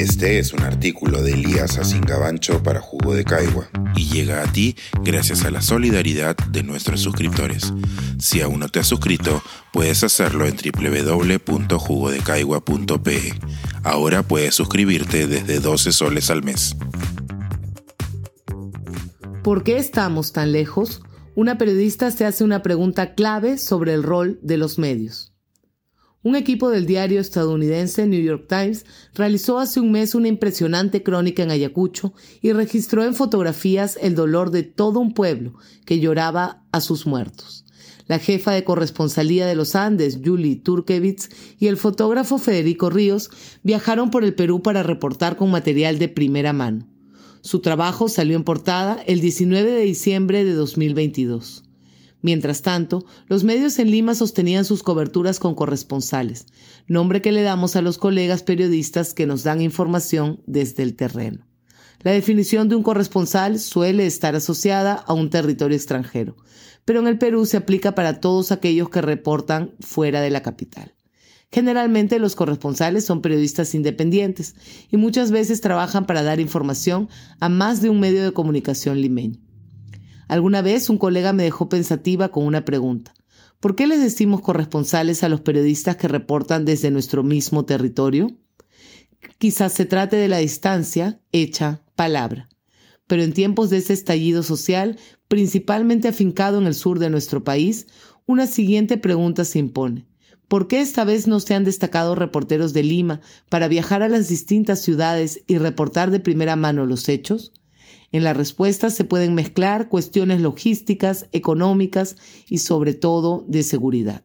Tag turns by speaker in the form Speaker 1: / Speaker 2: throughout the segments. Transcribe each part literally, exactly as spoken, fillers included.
Speaker 1: Este es un artículo de Elías Asingabancho para Jugo de Caigua y llega a ti gracias a la solidaridad de nuestros suscriptores. Si aún no te has suscrito, puedes hacerlo en doble u doble u doble u punto jugo de caigua punto pe e. Ahora puedes suscribirte desde doce soles al mes.
Speaker 2: ¿Por qué estamos tan lejos? Una periodista se hace una pregunta clave sobre el rol de los medios. Un equipo del diario estadounidense New York Times realizó hace un mes una impresionante crónica en Ayacucho y registró en fotografías el dolor de todo un pueblo que lloraba a sus muertos. La jefa de corresponsalía de los Andes, Julie Turkevich, y el fotógrafo Federico Ríos viajaron por el Perú para reportar con material de primera mano. Su trabajo salió en portada el diecinueve de diciembre de dos mil veintidós. Mientras tanto, los medios en Lima sostenían sus coberturas con corresponsales, nombre que le damos a los colegas periodistas que nos dan información desde el terreno. La definición de un corresponsal suele estar asociada a un territorio extranjero, pero en el Perú se aplica para todos aquellos que reportan fuera de la capital. Generalmente los corresponsales son periodistas independientes y muchas veces trabajan para dar información a más de un medio de comunicación limeño. Alguna vez un colega me dejó pensativa con una pregunta. ¿Por qué les decimos corresponsales a los periodistas que reportan desde nuestro mismo territorio? Quizás se trate de la distancia hecha palabra. Pero en tiempos de ese estallido social, principalmente afincado en el sur de nuestro país, una siguiente pregunta se impone. ¿Por qué esta vez no se han destacado reporteros de Lima para viajar a las distintas ciudades y reportar de primera mano los hechos? En la respuesta se pueden mezclar cuestiones logísticas, económicas y sobre todo de seguridad.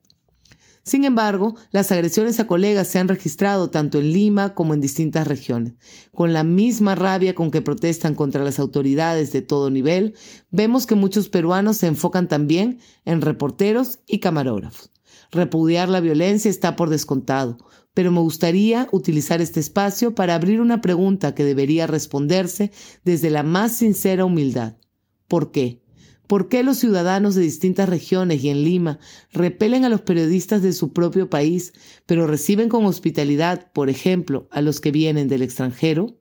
Speaker 2: Sin embargo, las agresiones a colegas se han registrado tanto en Lima como en distintas regiones. Con la misma rabia con que protestan contra las autoridades de todo nivel, vemos que muchos peruanos se enfocan también en reporteros y camarógrafos. Repudiar la violencia está por descontado, pero me gustaría utilizar este espacio para abrir una pregunta que debería responderse desde la más sincera humildad. ¿Por qué? ¿Por qué los ciudadanos de distintas regiones y en Lima repelen a los periodistas de su propio país, pero reciben con hospitalidad, por ejemplo, a los que vienen del extranjero?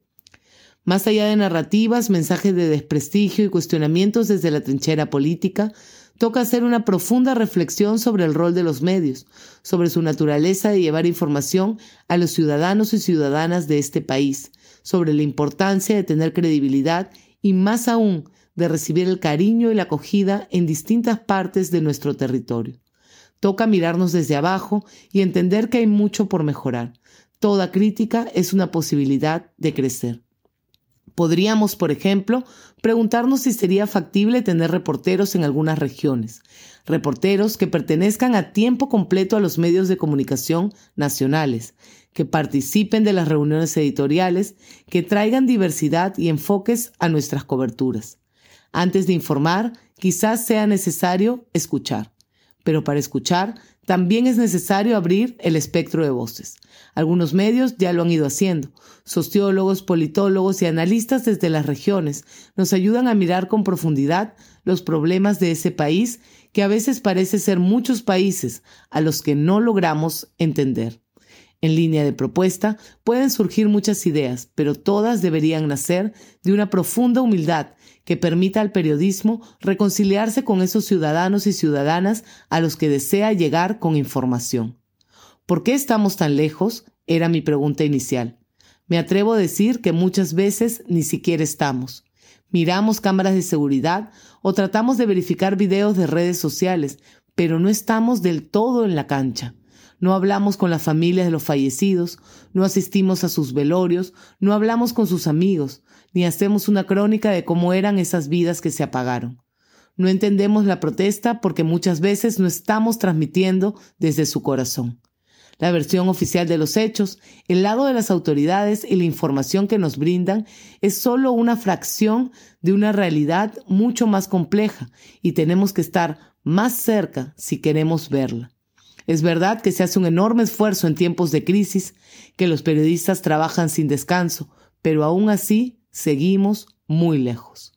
Speaker 2: Más allá de narrativas, mensajes de desprestigio y cuestionamientos desde la trinchera política, toca hacer una profunda reflexión sobre el rol de los medios, sobre su naturaleza de llevar información a los ciudadanos y ciudadanas de este país, sobre la importancia de tener credibilidad y más aún de recibir el cariño y la acogida en distintas partes de nuestro territorio. Toca mirarnos desde abajo y entender que hay mucho por mejorar. Toda crítica es una posibilidad de crecer. Podríamos, por ejemplo, preguntarnos si sería factible tener reporteros en algunas regiones, reporteros que pertenezcan a tiempo completo a los medios de comunicación nacionales, que participen de las reuniones editoriales, que traigan diversidad y enfoques a nuestras coberturas. Antes de informar, quizás sea necesario escuchar, pero para escuchar también es necesario abrir el espectro de voces. Algunos medios ya lo han ido haciendo. Sociólogos, politólogos y analistas desde las regiones nos ayudan a mirar con profundidad los problemas de ese país que a veces parece ser muchos países a los que no logramos entender. En línea de propuesta pueden surgir muchas ideas, pero todas deberían nacer de una profunda humildad que permita al periodismo reconciliarse con esos ciudadanos y ciudadanas a los que desea llegar con información. ¿Por qué estamos tan lejos? Era mi pregunta inicial. Me atrevo a decir que muchas veces ni siquiera estamos. Miramos cámaras de seguridad o tratamos de verificar videos de redes sociales, pero no estamos del todo en la cancha. No hablamos con las familias de los fallecidos, no asistimos a sus velorios, no hablamos con sus amigos, ni hacemos una crónica de cómo eran esas vidas que se apagaron. No entendemos la protesta porque muchas veces no estamos transmitiendo desde su corazón. La versión oficial de los hechos, el lado de las autoridades y la información que nos brindan es solo una fracción de una realidad mucho más compleja y tenemos que estar más cerca si queremos verla. Es verdad que se hace un enorme esfuerzo en tiempos de crisis, que los periodistas trabajan sin descanso, pero aún así seguimos muy lejos.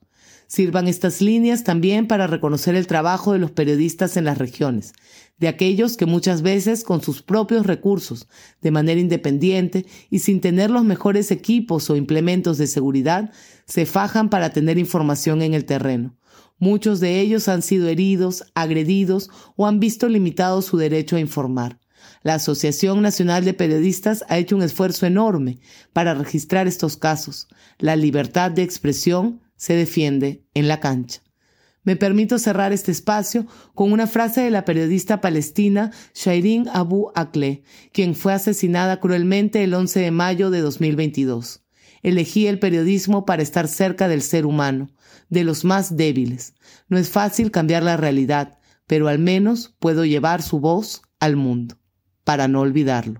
Speaker 2: Sirvan estas líneas también para reconocer el trabajo de los periodistas en las regiones, de aquellos que muchas veces con sus propios recursos, de manera independiente y sin tener los mejores equipos o implementos de seguridad, se fajan para tener información en el terreno. Muchos de ellos han sido heridos, agredidos o han visto limitado su derecho a informar. La Asociación Nacional de Periodistas ha hecho un esfuerzo enorme para registrar estos casos. La libertad de expresión se defiende en la cancha. Me permito cerrar este espacio con una frase de la periodista palestina Shireen Abu Akleh, quien fue asesinada cruelmente el once de mayo de dos mil veintidós. Elegí el periodismo para estar cerca del ser humano, de los más débiles. No es fácil cambiar la realidad, pero al menos puedo llevar su voz al mundo, para no olvidarlo.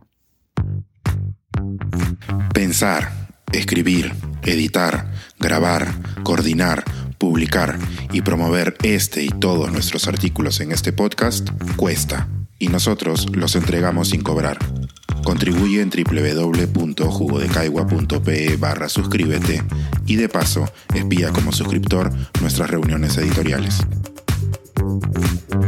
Speaker 1: Pensar, escribir, editar, grabar, coordinar, publicar y promover este y todos nuestros artículos en este podcast cuesta, y nosotros los entregamos sin cobrar. Contribuye en doble u doble u doble u punto jugodecaigua punto pe barra suscríbete y de paso espía como suscriptor nuestras reuniones editoriales.